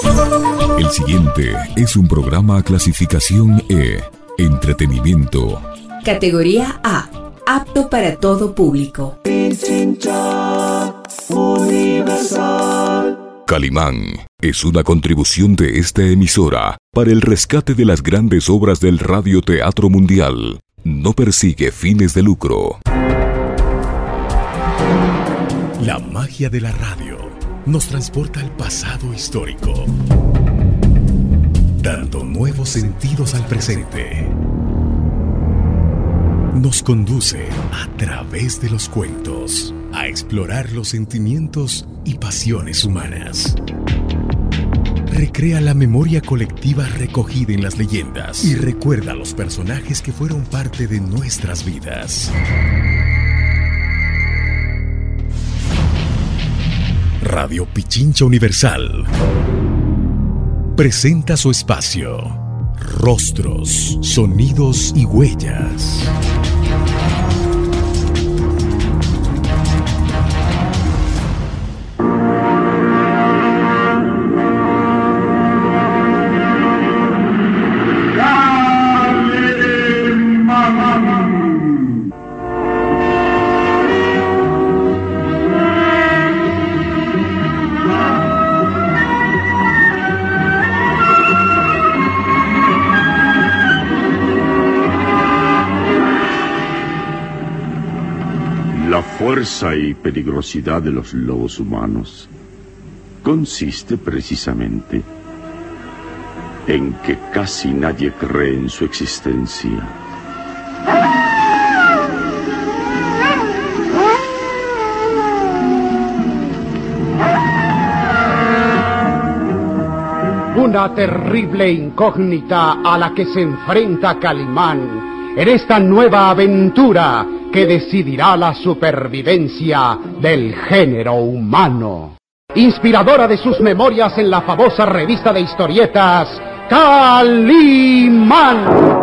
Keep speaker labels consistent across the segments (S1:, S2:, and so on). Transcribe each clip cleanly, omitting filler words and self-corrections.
S1: El siguiente es un programa clasificación E, entretenimiento.
S2: Categoría A, apto para todo público.
S1: Calimán es una contribución de esta emisora para el rescate de las grandes obras del radioteatro mundial. No persigue fines de lucro.
S3: La magia de la radio nos transporta al pasado histórico, dando nuevos sentidos al presente. Nos conduce a través de los cuentos a explorar los sentimientos y pasiones humanas. Recrea la memoria colectiva recogida en las leyendas y recuerda a los personajes que fueron parte de nuestras vidas. Radio Pichincha Universal presenta su espacio Rostros, Sonidos y Huellas.
S4: La fuerza y peligrosidad de los lobos humanos consiste precisamente en que casi nadie cree en su existencia.
S5: Una terrible incógnita a la que se enfrenta Calimán en esta nueva aventura que decidirá la supervivencia del género humano. Inspiradora de sus memorias en la famosa revista de historietas Calimán.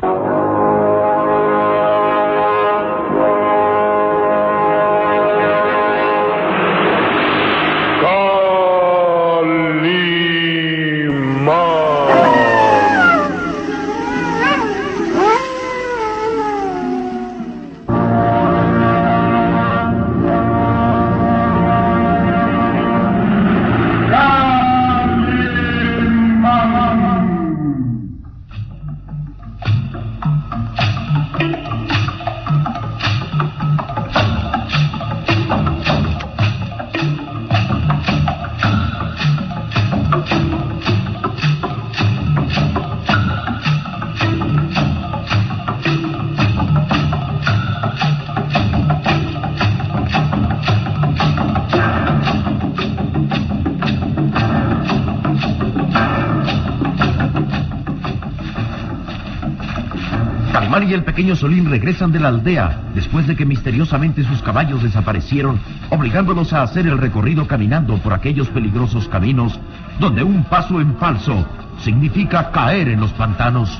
S6: Calimán y el pequeño Solín regresan de la aldea después de que misteriosamente sus caballos desaparecieron, obligándolos a hacer el recorrido caminando por aquellos peligrosos caminos donde un paso en falso significa caer en los pantanos.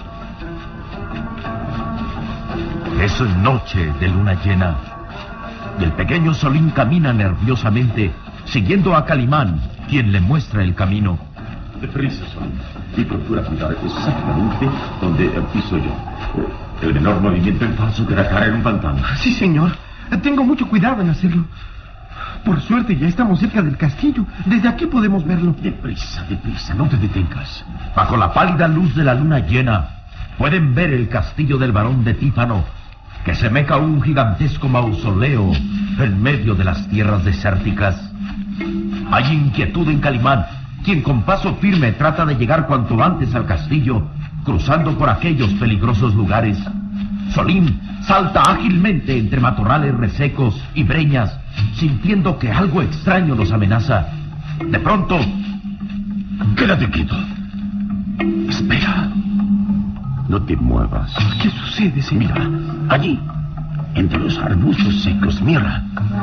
S6: Es noche de luna llena y el pequeño Solín camina nerviosamente siguiendo a Calimán, quien le muestra el camino.
S4: Deprisa, Solín, y procura cuidar exactamente donde piso yo. El menor movimiento en falso te hará caer en un pantano.
S7: Sí, señor. Tengo mucho cuidado en hacerlo. Por suerte ya estamos cerca del castillo. Desde aquí podemos verlo.
S6: Deprisa, no te detengas. Bajo la pálida luz de la luna llena, pueden ver el castillo del barón de Tífano, que semeja un gigantesco mausoleo en medio de las tierras desérticas. Hay inquietud en Calimán, quien con paso firme trata de llegar cuanto antes al castillo, cruzando por aquellos peligrosos lugares. Solín salta ágilmente entre matorrales resecos y breñas, sintiendo que algo extraño los amenaza. De pronto,
S4: Quédate quieto. Espera. No te muevas.
S7: ¿Qué sucede, señor?
S4: Mira, allí, entre los arbustos secos, mira.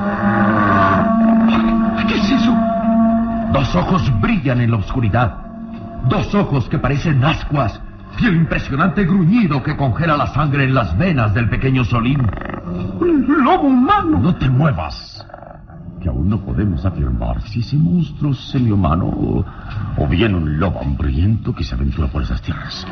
S7: ¿Qué es eso?
S6: Dos ojos brillan en la oscuridad. Dos ojos que parecen ascuas y el impresionante gruñido que congela la sangre en las venas del pequeño Solín.
S7: ¡Un lobo humano!
S6: No te muevas.
S4: que aún no podemos afirmar si ese monstruo semihumano o bien un lobo hambriento que se aventura por esas tierras.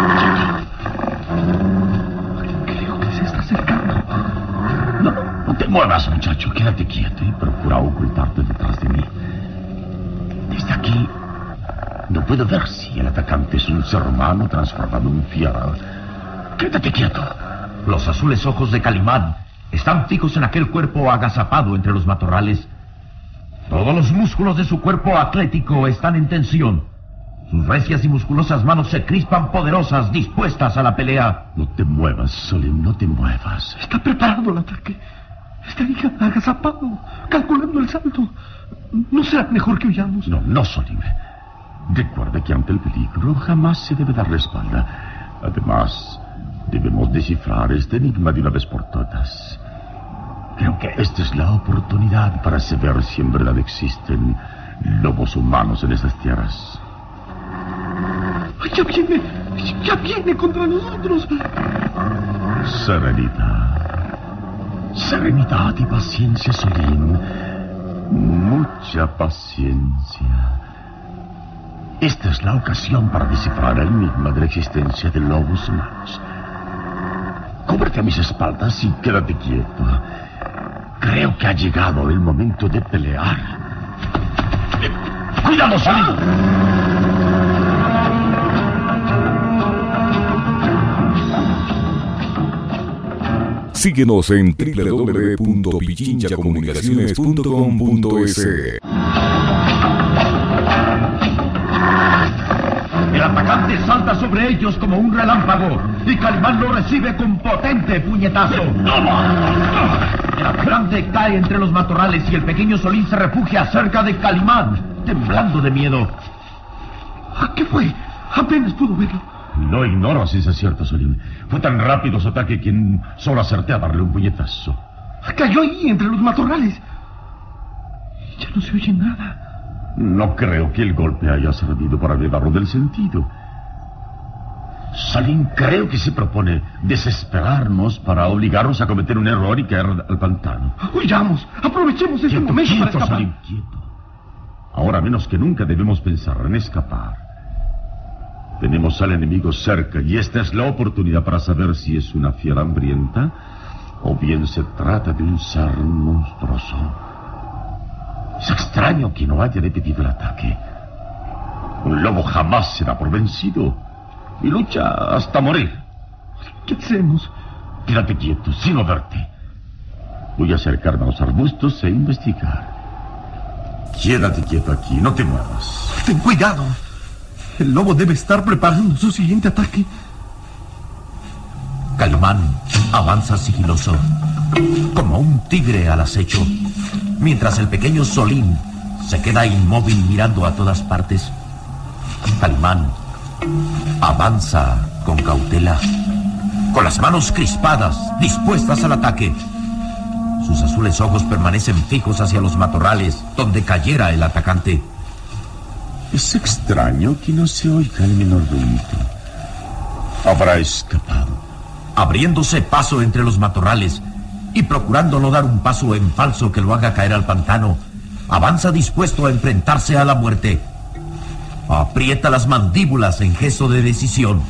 S7: Creo que se está acercando.
S4: No te muevas, muchacho. Quédate quieto y procura ocultarte detrás de mí. Desde aquí no puedo ver si el atacante es un ser humano transformado en fiera. Quédate quieto.
S6: Los azules ojos de Calimán están fijos en aquel cuerpo agazapado entre los matorrales. Todos los músculos de su cuerpo atlético están en tensión. Sus recias y musculosas manos se crispan poderosas, dispuestas a la pelea.
S4: No te muevas, Solim, no te muevas.
S7: Está preparado el ataque. Está agazapado, calculando el salto. ¿No será mejor que huyamos?
S4: No, Solim. Recuerda que ante el peligro jamás se debe dar la espalda. Además, debemos descifrar este enigma de una vez por todas. Creo que esta es la oportunidad para saber si en verdad existen lobos humanos en estas tierras.
S7: ¡Ya viene contra nosotros!
S4: Serenidad y paciencia, Solim. Mucha paciencia. Esta es la ocasión para descifrar el enigma de la existencia de lobos humanos. Cúbrete a mis espaldas y quédate quieto. Creo que ha llegado el momento de pelear. ¡Cuidado, Solim!
S1: Síguenos en www.pichinchacomunicaciones.com.es.
S6: El atacante salta sobre ellos como un relámpago y Calimán lo recibe con potente puñetazo. El atacante cae entre los matorrales y el pequeño Solín se refugia cerca de Calimán, temblando de miedo.
S7: ¿Qué fue? Apenas pudo verlo.
S4: No ignoro si es cierto, Solim. Fue tan rápido su ataque que solo acerté a darle un puñetazo.
S7: Cayó ahí, entre los matorrales. Ya no se oye nada.
S4: No creo que el golpe haya servido para liberarlo del sentido. Solim creo que se propone desesperarnos para obligarnos a cometer un error y caer al pantano.
S7: Huyamos. Aprovechemos este momento para escapar.
S4: Solim, quieto. Ahora menos que nunca debemos pensar en escapar. Tenemos al enemigo cerca y esta es la oportunidad para saber si es una fiera hambrienta o bien se trata de un ser monstruoso. Es extraño que no haya repetido el ataque. Un lobo jamás se da por vencido y lucha hasta morir.
S7: ¿Qué hacemos?
S4: Quédate quieto, sin moverte. Voy a acercarme a los arbustos e investigar. Quédate quieto aquí, no te muevas.
S7: Ten cuidado. El lobo debe estar preparando su siguiente ataque.
S6: Calimán avanza sigiloso, como un tigre al acecho, mientras el pequeño Solín se queda inmóvil mirando a todas partes. Calimán avanza con cautela, con las manos crispadas, dispuestas al ataque. Sus azules ojos permanecen fijos hacia los matorrales donde cayera el atacante.
S4: Es extraño que no se oiga el menor ruido. Habrá escapado.
S6: Abriéndose paso entre los matorrales y procurando no dar un paso en falso que lo haga caer al pantano, avanza dispuesto a enfrentarse a la muerte. Aprieta las mandíbulas en gesto de decisión.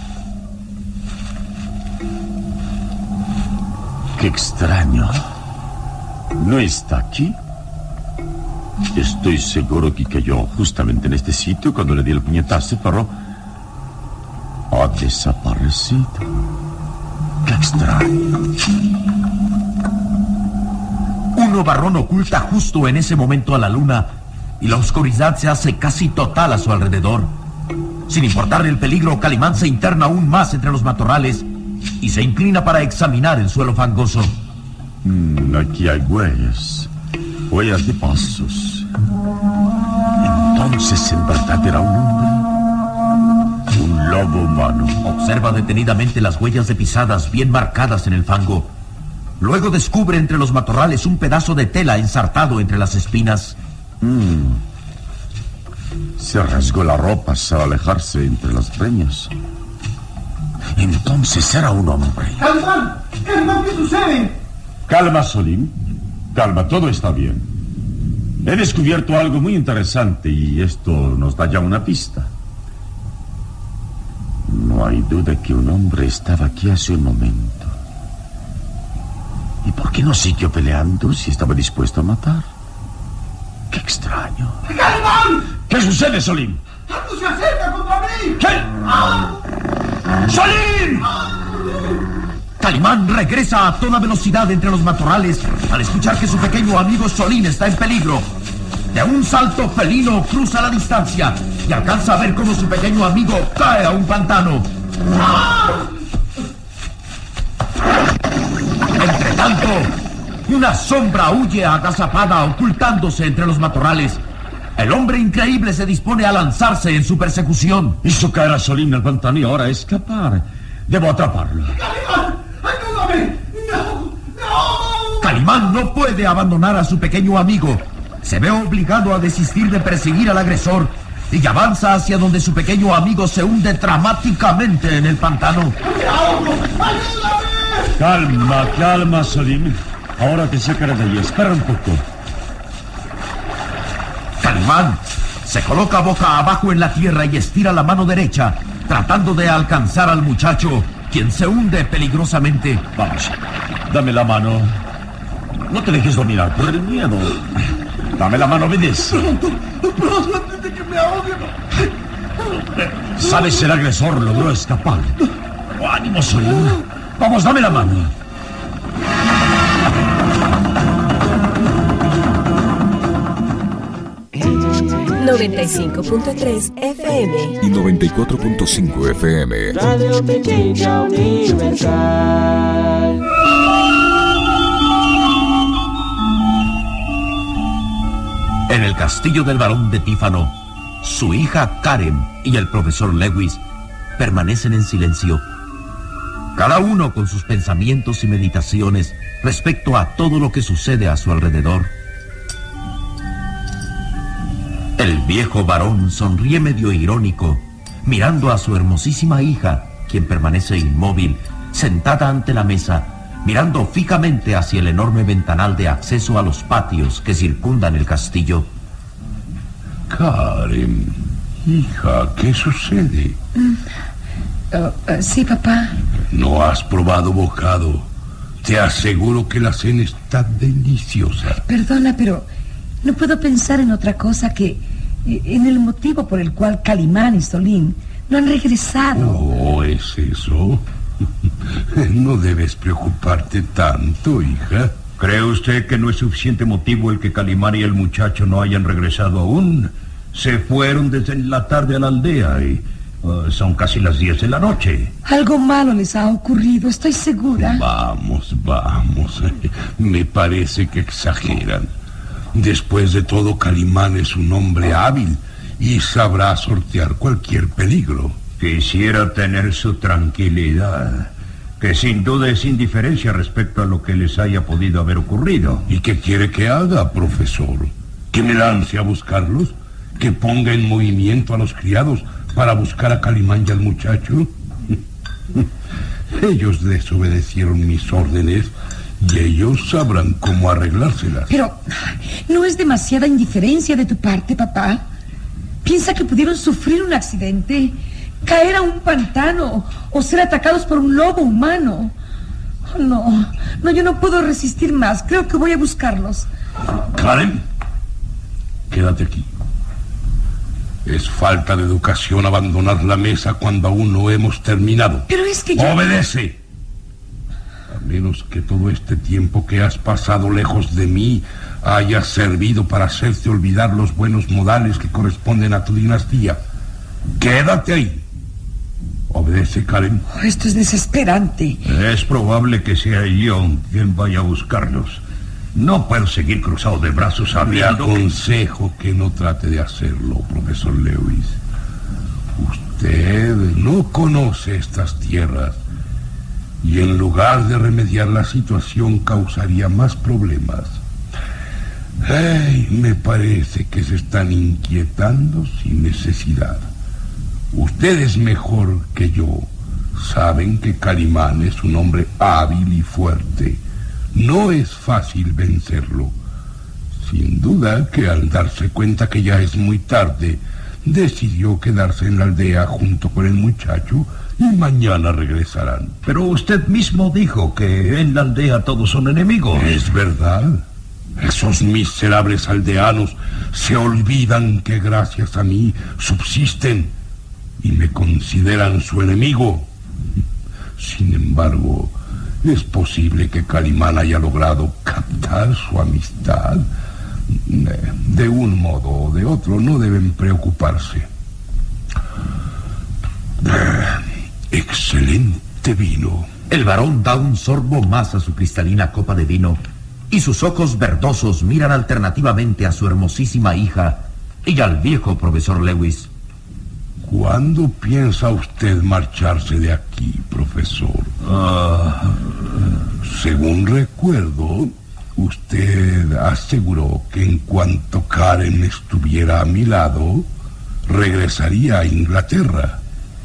S4: Qué extraño. ¿No está aquí? Estoy seguro que cayó justamente en este sitio cuando le di el puñetazo, pero ha desaparecido. ¡Qué extraño!
S6: Un nubarrón oculta justo en ese momento a la luna y la oscuridad se hace casi total a su alrededor. Sin importarle el peligro, Calimán se interna aún más entre los matorrales y se inclina para examinar el suelo fangoso.
S4: Aquí hay huellas de pasos. Entonces, en verdad, era un hombre. Un lobo humano.
S6: Observa detenidamente las huellas de pisadas bien marcadas en el fango. Luego descubre entre los matorrales un pedazo de tela ensartado entre las espinas.
S4: Se rasgó la ropa al alejarse entre las breñas. Entonces era un hombre.
S7: ¡Calimán! ¡Calimán! ¿Qué sucede?
S4: Calma, Solín. Calma, todo está bien. He descubierto algo muy interesante y esto nos da ya una pista. No hay duda que un hombre estaba aquí hace un momento. ¿Y por qué no siguió peleando si estaba dispuesto a matar? ¡Qué extraño!
S7: ¡Calimán!
S4: ¿Qué sucede, Solín?
S7: ¡Algo se acerca contra mí!
S6: ¿Qué? ¡Solín! Calimán regresa a toda velocidad entre los matorrales al escuchar que su pequeño amigo Solín está en peligro. De un salto felino cruza la distancia y alcanza a ver cómo su pequeño amigo cae a un pantano. Entre tanto, una sombra huye agazapada ocultándose entre los matorrales. El hombre increíble se dispone a lanzarse en su persecución.
S4: Hizo caer a Solín al pantano y ahora escapar. Debo atraparlo.
S7: ¡Calimán! ¡Ayúdame! ¡No!
S6: Calimán no puede abandonar a su pequeño amigo. Se ve obligado a desistir de perseguir al agresor y avanza hacia donde su pequeño amigo se hunde dramáticamente en el pantano.
S4: Calma, calma, Solín. Ahora te sacaré de ahí. Espera un poco.
S6: Calimán se coloca boca abajo en la tierra y estira la mano derecha, tratando de alcanzar al muchacho, quien se hunde peligrosamente.
S4: Vamos, dame la mano. No te dejes dominar por el miedo. Dame la mano, obedece.
S7: Pronto, antes de que me ahogue.
S4: Sabes, el agresor logró escapar. ¡Ánimo, Solín! Vamos, dame la mano.
S2: ...95.3 FM...
S1: y 94.5 FM.
S8: Radio Pequeña Universal.
S6: En el castillo del barón de Tífano, su hija Karen y el profesor Lewis permanecen en silencio, cada uno con sus pensamientos y meditaciones respecto a todo lo que sucede a su alrededor. El viejo varón sonríe medio irónico, mirando a su hermosísima hija, quien permanece inmóvil, sentada ante la mesa, mirando fijamente hacia el enorme ventanal de acceso a los patios que circundan el castillo.
S9: Karen, hija, ¿qué sucede?
S10: Sí, papá.
S9: ¿No has probado bocado? Te aseguro que la cena está deliciosa.
S10: Perdona, pero no puedo pensar en otra cosa que en el motivo por el cual Calimán y Solín no han regresado.
S9: Oh, ¿es eso? No debes preocuparte tanto, hija.
S6: ¿Cree usted que no es suficiente motivo el que Calimán y el muchacho no hayan regresado aún? Se fueron desde la tarde a la aldea y son casi las 10 de la noche.
S10: Algo malo les ha ocurrido, estoy segura.
S9: Vamos. Me parece que exageran. Después de todo, Calimán es un hombre hábil y sabrá sortear cualquier peligro.
S6: Quisiera tener su tranquilidad, que sin duda es indiferencia respecto a lo que les haya podido haber ocurrido.
S9: ¿Y qué quiere que haga, profesor? ¿Que me lance a buscarlos? ¿Que ponga en movimiento a los criados para buscar a Calimán y al muchacho? Ellos desobedecieron mis órdenes y ellos sabrán cómo arreglárselas.
S10: Pero, ¿no es demasiada indiferencia de tu parte, papá? Piensa que pudieron sufrir un accidente, caer a un pantano o ser atacados por un lobo humano. Oh, no, yo no puedo resistir más. Creo que voy a buscarlos.
S9: Karen, quédate aquí. Es falta de educación abandonar la mesa cuando aún no hemos terminado.
S10: Pero es que yo...
S9: ¡Obedece! A menos que todo este tiempo que has pasado lejos de mí haya servido para hacerte olvidar los buenos modales que corresponden a tu dinastía. ¡Quédate ahí! Obedece, Karen.
S10: Oh, esto es desesperante.
S6: Es probable que sea yo quien vaya a buscarlos. No puedo seguir cruzado de brazos sabiendo.
S9: Le aconsejo que no trate de hacerlo, profesor Lewis. Usted no conoce estas tierras y en lugar de remediar la situación causaría más problemas. Me parece que se están inquietando sin necesidad. Ustedes mejor que yo saben que Calimán es un hombre hábil y fuerte. No es fácil vencerlo. Sin duda que al darse cuenta que ya es muy tarde, decidió quedarse en la aldea junto con el muchacho y mañana regresarán.
S6: Pero usted mismo dijo que en la aldea todos son enemigos.
S9: Es verdad. Esos miserables aldeanos se olvidan que gracias a mí subsisten y me consideran su enemigo. Sin embargo, es posible que Calimán haya logrado captar su amistad. De un modo o de otro, no deben preocuparse. Excelente vino.
S6: El varón da un sorbo más a su cristalina copa de vino y sus ojos verdosos miran alternativamente a su hermosísima hija y al viejo profesor Lewis.
S9: ¿Cuándo piensa usted marcharse de aquí, profesor? Según recuerdo, usted aseguró que en cuanto Karen estuviera a mi lado, regresaría a Inglaterra.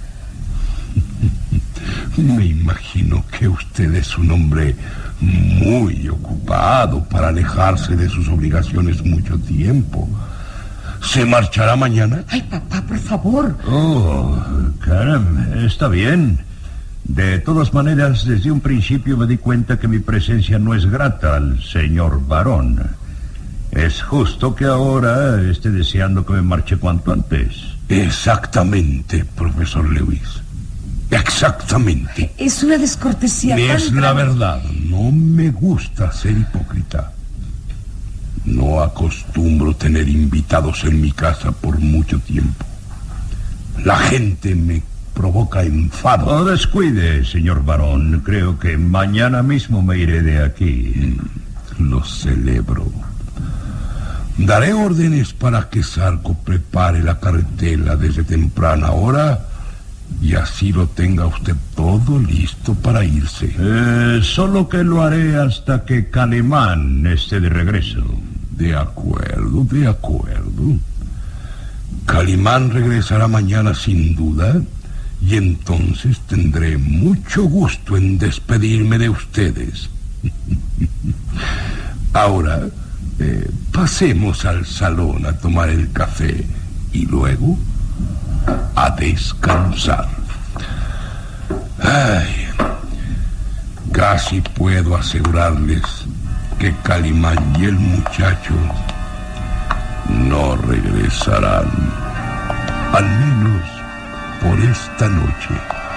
S9: Me imagino que usted es un hombre muy ocupado para alejarse de sus obligaciones mucho tiempo. ¿Se marchará mañana?
S10: Ay, papá, por favor.
S6: Oh, Karen, está bien. De todas maneras, desde un principio me di cuenta que mi presencia no es grata al señor varón. Es justo que ahora esté deseando que me marche cuanto antes.
S9: Exactamente, profesor Lewis. Exactamente.
S10: Es una descortesía tan
S9: Es la verdad. No me gusta ser hipócrita. No acostumbro tener invitados en mi casa por mucho tiempo. La gente me provoca enfado.
S6: No descuide, señor varón. Creo que mañana mismo me iré de aquí.
S9: Lo celebro. Daré órdenes para que Sarco prepare la carretela desde temprana hora y así lo tenga usted todo listo para irse.
S6: Solo que lo haré hasta que Calimán esté de regreso.
S9: De acuerdo, de acuerdo. Calimán regresará mañana sin duda y entonces tendré mucho gusto en despedirme de ustedes. Ahora, pasemos al salón a tomar el café y luego a descansar. Ay, casi puedo asegurarles que Calimán y el muchacho no regresarán, al menos por esta noche.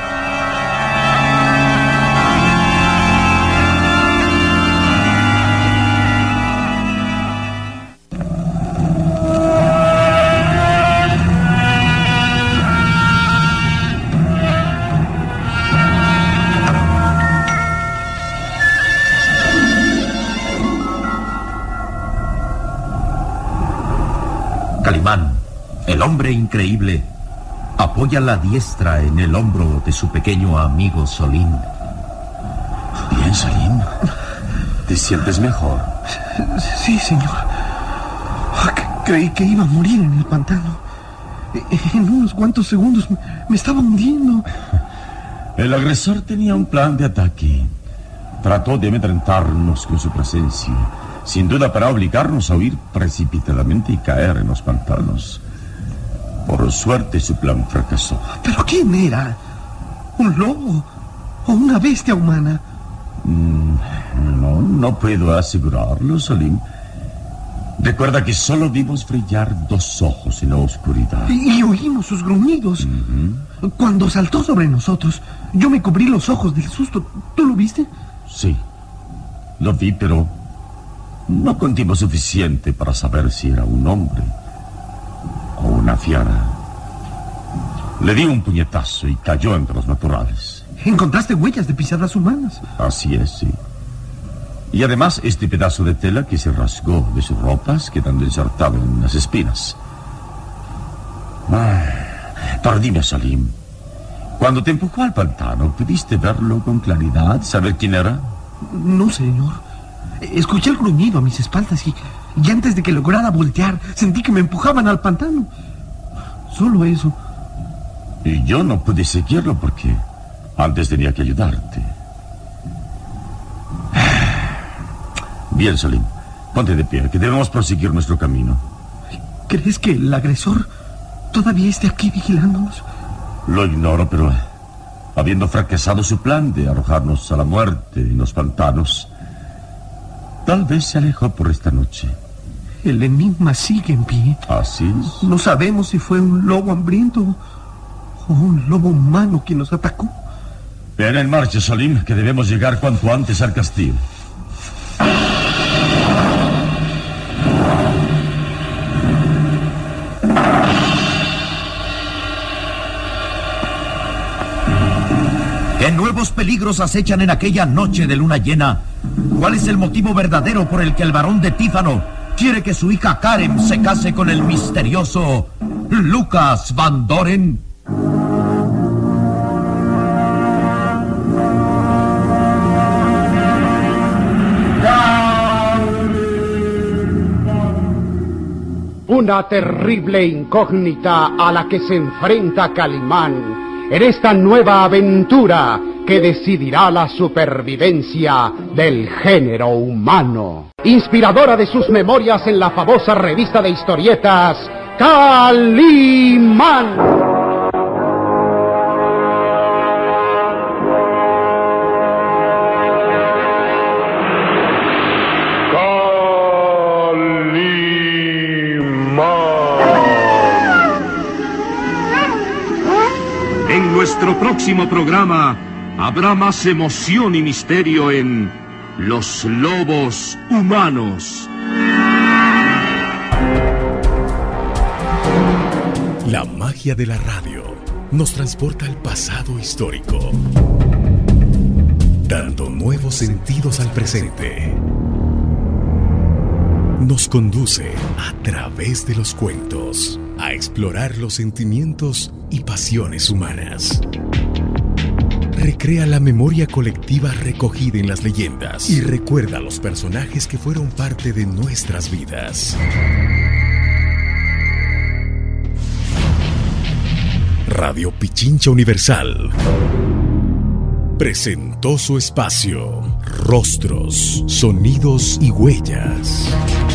S6: Calimán, el hombre increíble, apoya la diestra en el hombro de su pequeño amigo Solín.
S8: Bien, Solín. ¿Te sientes mejor?
S7: Sí, señor. Creí que iba a morir en el pantano. En unos cuantos segundos me estaba hundiendo.
S8: El agresor tenía un plan de ataque. Trató de amedrentarnos con su presencia, sin duda para obligarnos a huir precipitadamente y caer en los pantanos. Por suerte su plan fracasó.
S7: ¿Pero quién era? ¿Un lobo? ¿O una bestia humana?
S8: No puedo asegurarlo, Salim. Recuerda que solo vimos brillar dos ojos en la oscuridad.
S7: Y oímos sus gruñidos. Cuando saltó sobre nosotros, yo me cubrí los ojos del susto. ¿Tú lo viste?
S8: Sí, lo vi, pero no con tiempo suficiente para saber si era un hombre o una fiera. Le di un puñetazo y cayó entre los matorrales.
S7: ¿Encontraste huellas de pisadas humanas?
S8: Así es, sí. Y además este pedazo de tela que se rasgó de sus ropas, quedando ensartado en las espinas. Pero dime, Salim, cuando te empujó al pantano, ¿pudiste verlo con claridad? ¿Saber quién era?
S7: No, señor. Escuché el gruñido a mis espaldas y antes de que lograra voltear, sentí que me empujaban al pantano. Solo eso.
S8: Y yo no pude seguirlo porque antes tenía que ayudarte. Bien, Salim. Ponte de pie, que debemos proseguir nuestro camino.
S7: ¿Crees que el agresor todavía esté aquí vigilándonos?
S8: Lo ignoro, pero habiendo fracasado su plan de arrojarnos a la muerte en los pantanos, tal vez se alejó por esta noche.
S7: El enigma sigue en pie.
S8: Así es.
S7: No sabemos si fue un lobo hambriento o un lobo humano quien nos atacó.
S8: Ven en marcha, Salim, que debemos llegar cuanto antes al castillo.
S6: ¿Qué nuevos peligros acechan en aquella noche de luna llena? ¿Cuál es el motivo verdadero por el que el barón de Tífano quiere que su hija Karen se case con el misterioso Lucas Van Doren?
S5: Una terrible incógnita a la que se enfrenta Calimán en esta nueva aventura que decidirá la supervivencia del género humano. Inspiradora de sus memorias en la famosa revista de historietas Calimán.
S4: En nuestro próximo programa habrá más emoción y misterio en Los Lobos Humanos.
S3: La magia de la radio nos transporta al pasado histórico, dando nuevos sentidos al presente. Nos conduce a través de los cuentos a explorar los sentimientos y pasiones humanas. Recrea la memoria colectiva recogida en las leyendas y recuerda a los personajes que fueron parte de nuestras vidas. Radio Pichincha Universal presentó su espacio Rostros, Sonidos y Huellas.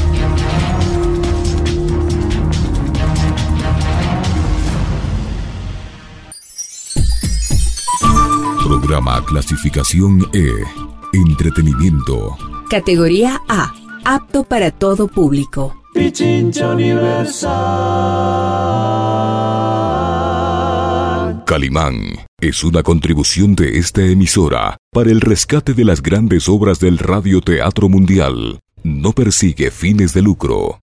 S1: Programa clasificación E. Entretenimiento.
S2: Categoría A. Apto para todo público.
S11: Pichincha Universal.
S1: Calimán es una contribución de esta emisora para el rescate de las grandes obras del radioteatro mundial. No persigue fines de lucro.